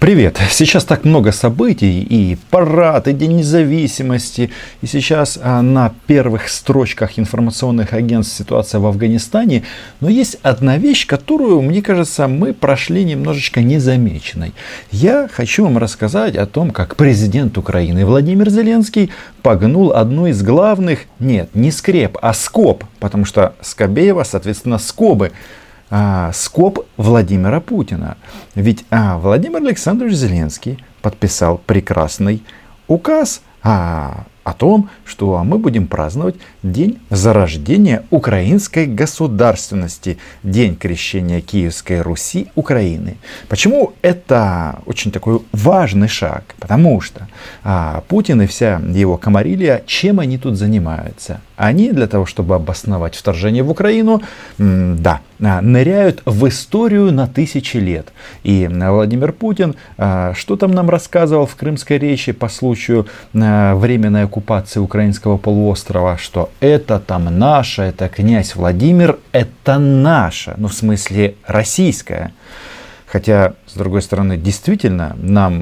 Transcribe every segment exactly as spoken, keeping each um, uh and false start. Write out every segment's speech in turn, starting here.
Привет! Сейчас так много событий, и парад, и День независимости, и сейчас а, на первых строчках информационных агентств ситуация в Афганистане. Но есть одна вещь, которую, мне кажется, мы прошли немножечко незамеченной. Я хочу вам рассказать о том, как президент Украины Владимир Зеленский погнул одну из главных, нет, не скреп, а скоб, потому что Скобеева, соответственно, скобы. А, скоб Владимира Путина. Ведь а, Владимир Александрович Зеленский подписал прекрасный указ а, о том, что мы будем праздновать День зарождения украинской государственности, День крещения Киевской Руси Украины. Почему это очень такой важный шаг? Потому что а, Путин и вся его камарилья, чем они тут занимаются? Они для того, чтобы обосновать вторжение в Украину, м, да, ныряют в историю на тысячи лет. И Владимир Путин, а, что там нам рассказывал в крымской речи по случаю а, временной оккупации украинского полуострова, что это там наше, это князь Владимир, это наше, ну в смысле российское. Хотя, с другой стороны, действительно, нам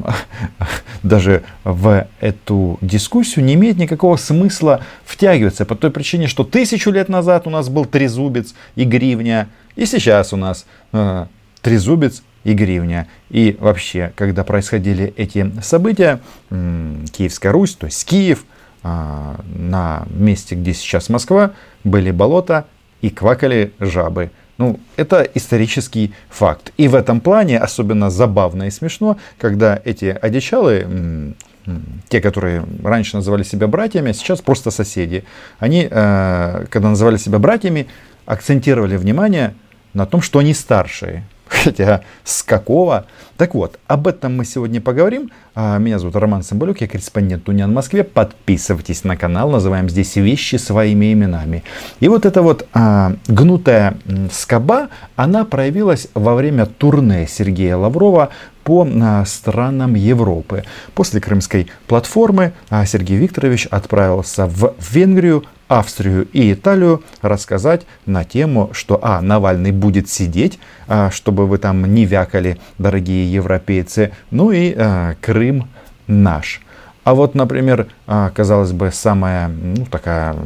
даже в эту дискуссию не имеет никакого смысла втягиваться. По той причине, что тысячу лет назад у нас был трезубец и гривня. И сейчас у нас э, трезубец и гривня. И вообще, когда происходили эти события, э, Киевская Русь, то есть Киев, э, на месте, где сейчас Москва, были болота и квакали жабы. Ну, это исторический факт. И в этом плане особенно забавно и смешно, когда эти одичалы, те, которые раньше называли себя братьями, а сейчас просто соседи, они, когда называли себя братьями, акцентировали внимание на том, что они старшие. Хотя с какого? Так вот, об этом мы сегодня поговорим. Меня зовут Роман Самбалюк, я корреспондент Униан в Москве. Подписывайтесь на канал, называем здесь вещи своими именами. И вот эта вот а, гнутая скоба, она проявилась во время турне Сергея Лаврова по а, странам Европы. После Крымской платформы а, Сергей Викторович отправился в Венгрию, Австрию и Италию рассказать на тему, что а, Навальный будет сидеть, а, чтобы вы там не вякали, дорогие европейцы, ну и а, Крым наш. А вот, например, а, казалось бы, самая, ну, такая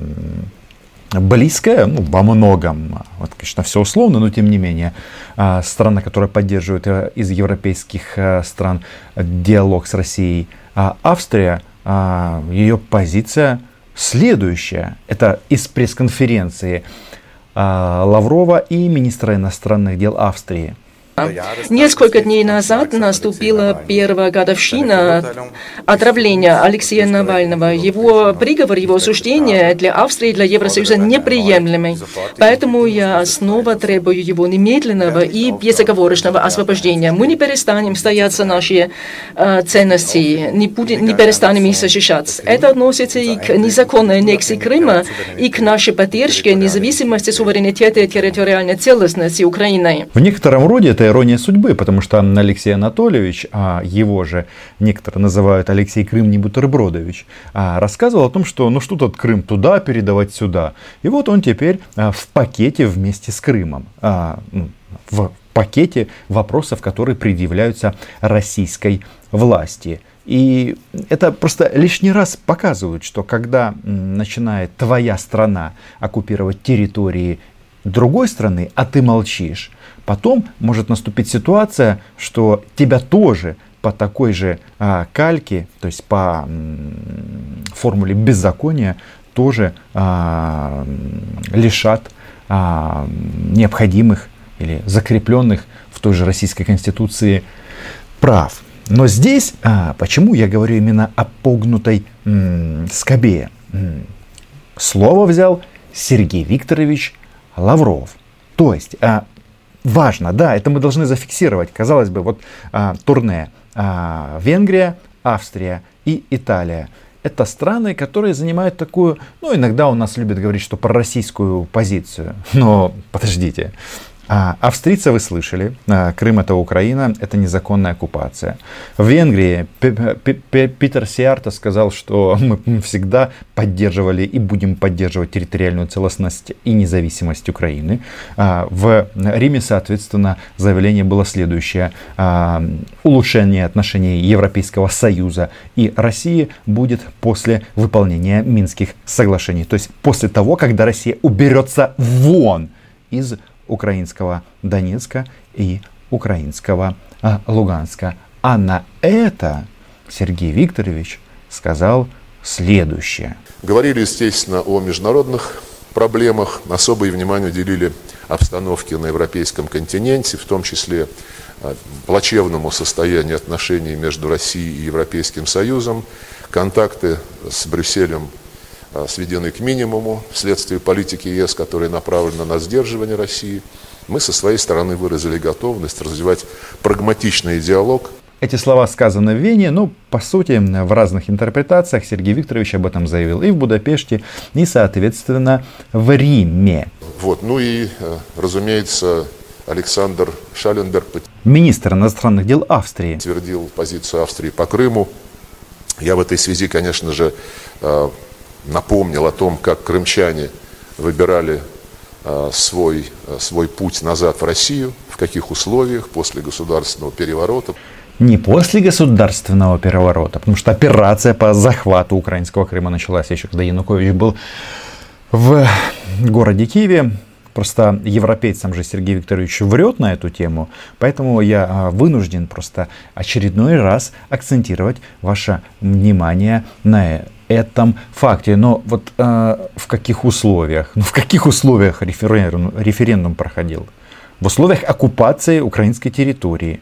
близкая, ну, во многом, вот, конечно, все условно, но тем не менее, а, страна, которая поддерживает а, из европейских а, стран диалог с Россией, а, Австрия, а, ее позиция следующая. Это из пресс-конференции а, Лаврова и министра иностранных дел Австрии. Несколько дней назад наступила первая годовщина отравления Алексея Навального. Его приговор, его осуждение для Австрии и для Евросоюза неприемлемый. Поэтому я снова требую его немедленного и безоговорочного освобождения. Мы не перестанем стоять за наши э, ценности, не, будем, не перестанем их защищать. Это относится и к незаконной аннексии Крыма, и к нашей поддержке независимости, суверенитета и территориальной целостности Украины. В некотором роде это ирония судьбы, потому что Алексей Анатольевич, а его же некоторые называют Алексей Крым не бутербродович, а, рассказывал о том, что ну что тут Крым туда передавать сюда. И вот он теперь а, в пакете вместе с Крымом. А, в пакете вопросов, которые предъявляются российской власти. И это просто лишний раз показывает, что когда начинает твоя страна оккупировать территории другой страны, а ты молчишь, потом может наступить ситуация, что тебя тоже по такой же а, кальке, то есть по м, формуле беззакония, тоже а, лишат а, необходимых или закрепленных в той же Российской Конституции прав. Но здесь, а, почему я говорю именно о погнутой м, скобе? М, слово взял Сергей Викторович Лавров. То есть, а, важно, да, это мы должны зафиксировать. Казалось бы, вот а, турне а, Венгрия, Австрия и Италия. Это страны, которые занимают такую, ну, иногда у нас любят говорить, что пророссийскую позицию. Но подождите, А австрийцы вы слышали, Крым это Украина, это незаконная оккупация. В Венгрии Питер Сиарто сказал, что мы всегда поддерживали и будем поддерживать территориальную целостность и независимость Украины. В Риме, соответственно, заявление было следующее. Улучшение отношений Европейского Союза и России будет после выполнения Минских соглашений. То есть после того, когда Россия уберется вон из украинского Донецка и украинского а, Луганска. А на это Сергей Викторович сказал следующее. Говорили, естественно, о международных проблемах. Особое внимание уделили обстановке на европейском континенте, в том числе а, плачевному состоянию отношений между Россией и Европейским Союзом. Контакты с Брюсселем сведены к минимуму вследствие политики ЕС, которая направлена на сдерживание России. Мы со своей стороны выразили готовность развивать прагматичный диалог. Эти слова сказаны в Вене, но по сути в разных интерпретациях Сергей Викторович об этом заявил и в Будапеште, и соответственно в Риме. Вот. Ну и, разумеется, Александр Шалленберг, министр иностранных дел Австрии, подтвердил позицию Австрии по Крыму. Я в этой связи, конечно же, напомнил о том, как крымчане выбирали а, свой, а, свой путь назад в Россию, в каких условиях после государственного переворота. Не после государственного переворота, потому что операция по захвату украинского Крыма началась еще, когда Янукович был в городе Киеве. Просто европейцам же Сергей Викторович врет на эту тему, поэтому я вынужден просто очередной раз акцентировать ваше внимание на это. этом факте. Но вот э, в каких условиях? Ну, в каких условиях референдум, референдум проходил? В условиях оккупации украинской территории.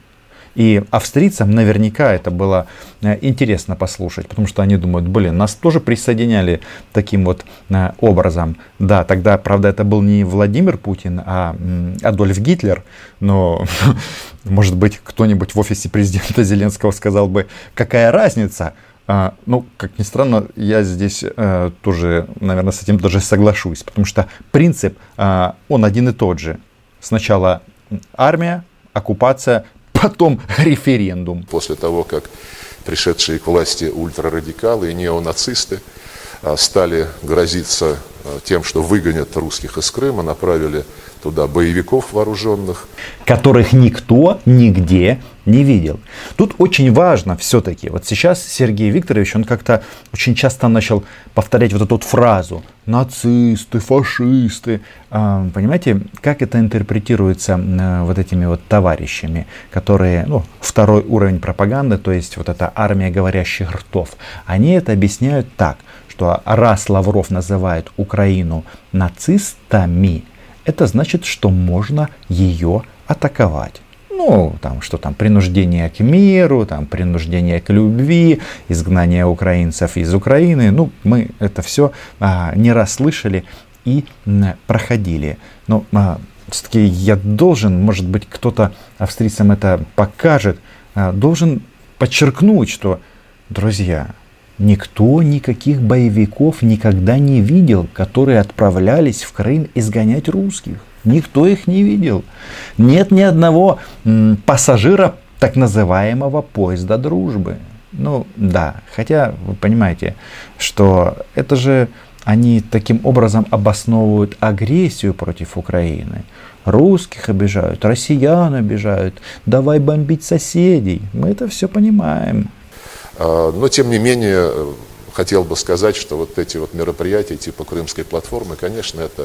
И австрийцам наверняка это было э, интересно послушать, потому что они думают, блин, нас тоже присоединяли таким вот э, образом. Да, тогда, правда, это был не Владимир Путин, а м, Адольф Гитлер, но, может быть, кто-нибудь в офисе президента Зеленского сказал бы, какая разница? А, ну, как ни странно, я здесь а, тоже, наверное, с этим даже соглашусь, потому что принцип, а, он один и тот же. Сначала армия, оккупация, потом референдум. После того, как пришедшие к власти ультрарадикалы и неонацисты а, стали грозиться а, тем, что выгонят русских из Крыма, направили туда боевиков вооруженных, которых никто нигде не видел. Тут очень важно все-таки, вот сейчас Сергей Викторович, он как-то очень часто начал повторять вот эту вот фразу нацисты, фашисты. Понимаете, как это интерпретируется вот этими вот товарищами, которые, ну, второй уровень пропаганды, то есть вот эта армия говорящих ртов. Они это объясняют так, что раз Лавров называет Украину нацистами, это значит, что можно ее атаковать. Ну, там, что там, принуждение к миру, там, принуждение к любви, изгнание украинцев из Украины. Ну, мы это все а, не раз слышали и а, проходили. Но а, все-таки я должен, может быть, кто-то австрийцам это покажет, а, должен подчеркнуть, что, друзья, никто никаких боевиков никогда не видел, которые отправлялись в Крым изгонять русских. Никто их не видел. Нет ни одного м, пассажира так называемого поезда дружбы. Ну да, хотя вы понимаете, что это же они таким образом обосновывают агрессию против Украины. Русских обижают, россиян обижают, давай бомбить соседей. Мы это все понимаем. Но, тем не менее, хотел бы сказать, что вот эти вот мероприятия типа Крымской платформы, конечно, это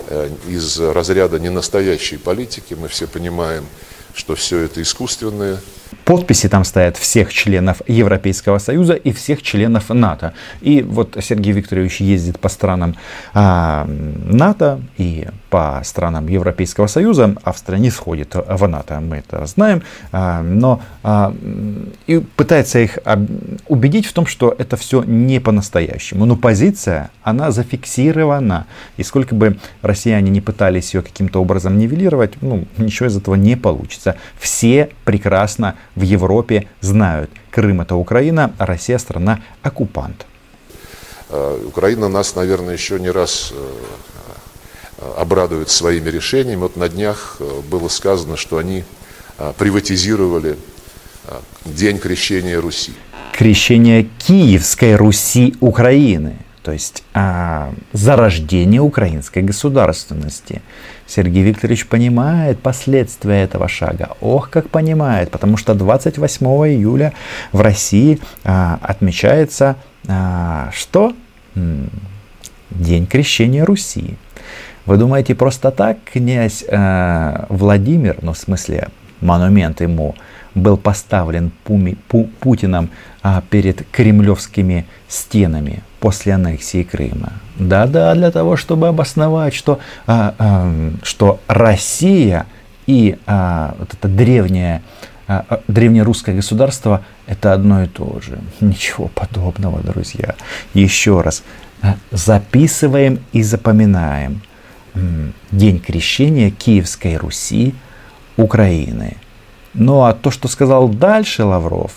из разряда ненастоящей политики. Мы все понимаем, что все это искусственное. Подписи там стоят всех членов Европейского Союза и всех членов НАТО. И вот Сергей Викторович ездит по странам а, НАТО и по странам Европейского Союза. Австрия не сходит в НАТО, мы это знаем. А, но а, и пытается их убедить в том, что это все не по-настоящему. Но позиция, она зафиксирована. И сколько бы россияне не пытались ее каким-то образом нивелировать, ну, ничего из этого не получится. Все прекрасно в Европе знают, Крым это Украина, а Россия страна оккупант. Украина нас, наверное, еще не раз обрадуют своими решениями. Вот на днях было сказано, что они приватизировали День крещения Руси. Крещение Киевской Руси Украины, то есть а, зарождение украинской государственности. Сергей Викторович понимает последствия этого шага. Ох, как понимает, потому что двадцать восьмого июля в России а, отмечается а, что? М-м, День крещения Руси. Вы думаете, просто так князь э, Владимир, ну в смысле монумент ему, был поставлен Пуми, Пу, Путиным а, перед кремлевскими стенами после аннексии Крыма? Да-да, для того, чтобы обосновать, что, а, а, что Россия и а, вот это древнее, а, древнерусское государство это одно и то же. Ничего подобного, друзья. Еще раз, записываем и запоминаем. День крещения Киевской Руси Украины. Ну а то, что сказал дальше Лавров,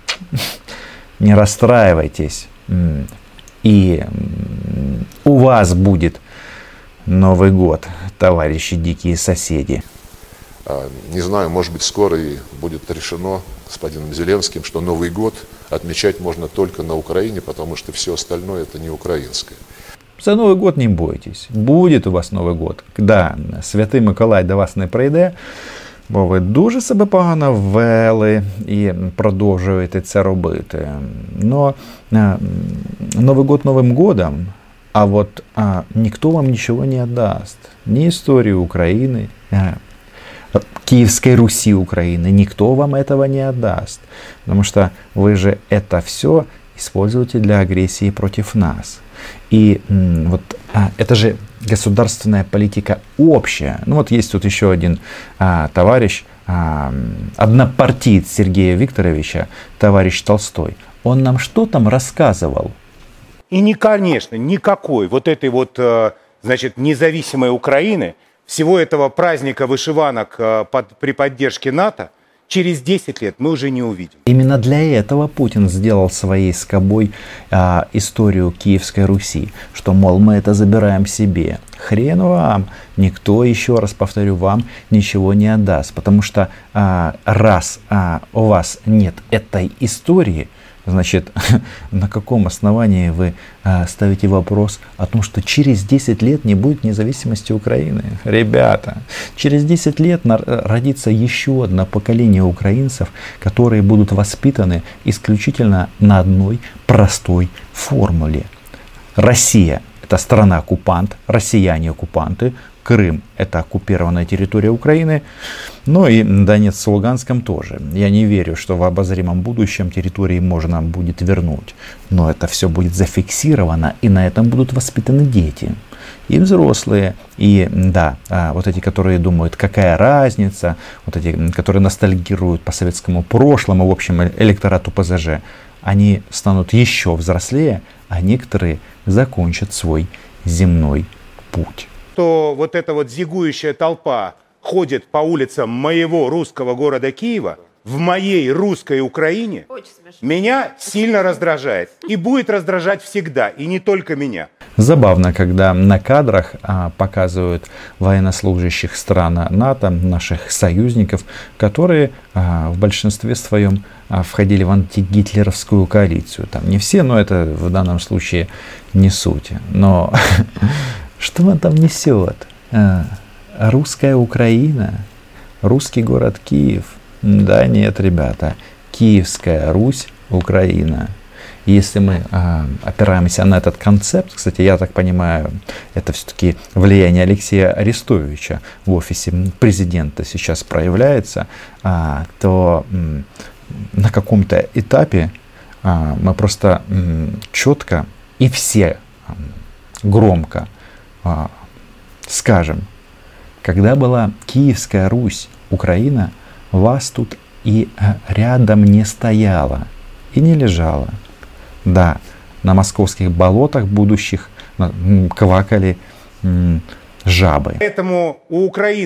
не расстраивайтесь. И у вас будет Новый год, товарищи дикие соседи. Не знаю, может быть, скоро и будет решено господином Зеленским, что Новый год отмечать можно только на Украине, потому что все остальное это не украинское. За Новий год не бойтесь. Буде у вас Новий год. Да, Святий Миколай до вас не прийде, бо ви дуже себе погано вели і продовжуєте це робити. Но а, Новый год Новым годом, а вот а, никто вам ничего не отдаст. Ни историю Украины, а, Киевской Руси Украины, никто вам этого не отдаст. Потому что вы же это все используете для агрессии против нас. И м, вот а, это же государственная политика общая. Ну вот есть тут еще один а, товарищ, а, однопартиец Сергея Викторовича, товарищ Толстой. Он нам что там рассказывал? И не, конечно, никакой вот этой вот, значит, независимой Украины, всего этого праздника вышиванок под, при поддержке НАТО, через десять лет мы уже не увидим. Именно для этого Путин сделал своей скобой а, историю Киевской Руси, что, мол, мы это забираем себе. Хрен вам, никто, еще раз повторю, вам ничего не отдаст, потому что а, раз а, у вас нет этой истории, значит, на каком основании вы а, ставите вопрос о том, что через десять лет не будет независимости Украины? Ребята, через десять лет на, родится еще одно поколение украинцев, которые будут воспитаны исключительно на одной простой формуле. Россия – это страна-оккупант, россияне-оккупанты, Крым – это оккупированная территория Украины, но и Донецк с Луганском тоже. Я не верю, что в обозримом будущем территории можно будет вернуть. Но это все будет зафиксировано, и на этом будут воспитаны дети. И взрослые, и да, вот эти, которые думают, какая разница, вот эти, которые ностальгируют по советскому прошлому, в общем, электорату ПЗЖ, они станут еще взрослее, а некоторые закончат свой земной путь. То вот эта вот зигующая толпа ходит по улицам моего русского города Киева, в моей русской Украине, меня сильно раздражает. И будет раздражать всегда, и не только меня. Забавно, когда на кадрах а, показывают военнослужащих стран НАТО, наших союзников, которые а, в большинстве своем а, входили в антигитлеровскую коалицию. Там не все, но это в данном случае не суть. Но что он там несет? А, русская Украина, русский город Киев. Да, нет, ребята, Киевская Русь, Украина. Если мы а, опираемся на этот концепт, кстати, я так понимаю, это все-таки влияние Алексея Арестовича в офисе президента сейчас проявляется, а, то м, на каком-то этапе а, мы просто м, четко и все а, громко а, скажем, когда была Киевская Русь, Украина, вас тут и рядом не стояло, и не лежало. Да, на московских болотах будущих квакали м, жабы. Поэтому у Украины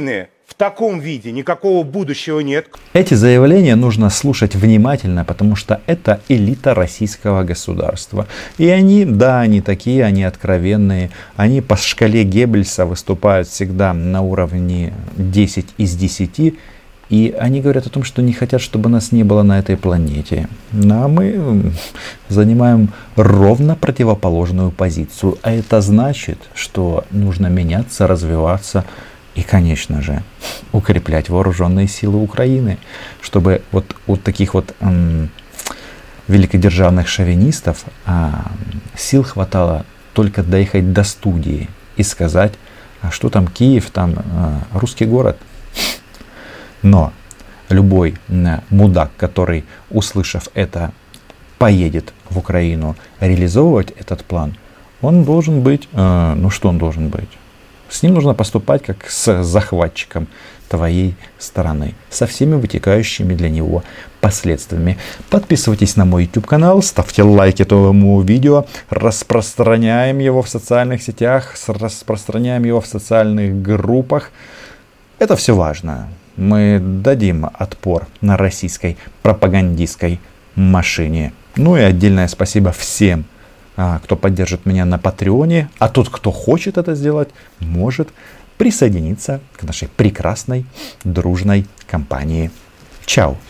в таком виде никакого будущего нет. Эти заявления нужно слушать внимательно, потому что это элита российского государства. И они, да, они такие, они откровенные. Они по шкале Геббельса выступают всегда на уровне десять из десяти. И они говорят о том, что не хотят, чтобы нас не было на этой планете. А мы занимаем ровно противоположную позицию. А это значит, что нужно меняться, развиваться и, конечно же, укреплять вооруженные силы Украины, чтобы вот у таких вот м, великодержавных шовинистов а, сил хватало только доехать до студии и сказать, а что там Киев, там а, русский город. Но любой а, мудак, который, услышав это, поедет в Украину реализовывать этот план, он должен быть, а, ну что он должен быть? С ним нужно поступать как с захватчиком твоей стороны, со всеми вытекающими для него последствиями. Подписывайтесь на мой YouTube канал, ставьте лайки этому видео, распространяем его в социальных сетях, распространяем его в социальных группах. Это все важно. Мы дадим отпор на российской пропагандистской машине. Ну и отдельное спасибо всем, кто поддержит меня на Патреоне, а тот, кто хочет это сделать, может присоединиться к нашей прекрасной дружной компании. Чао!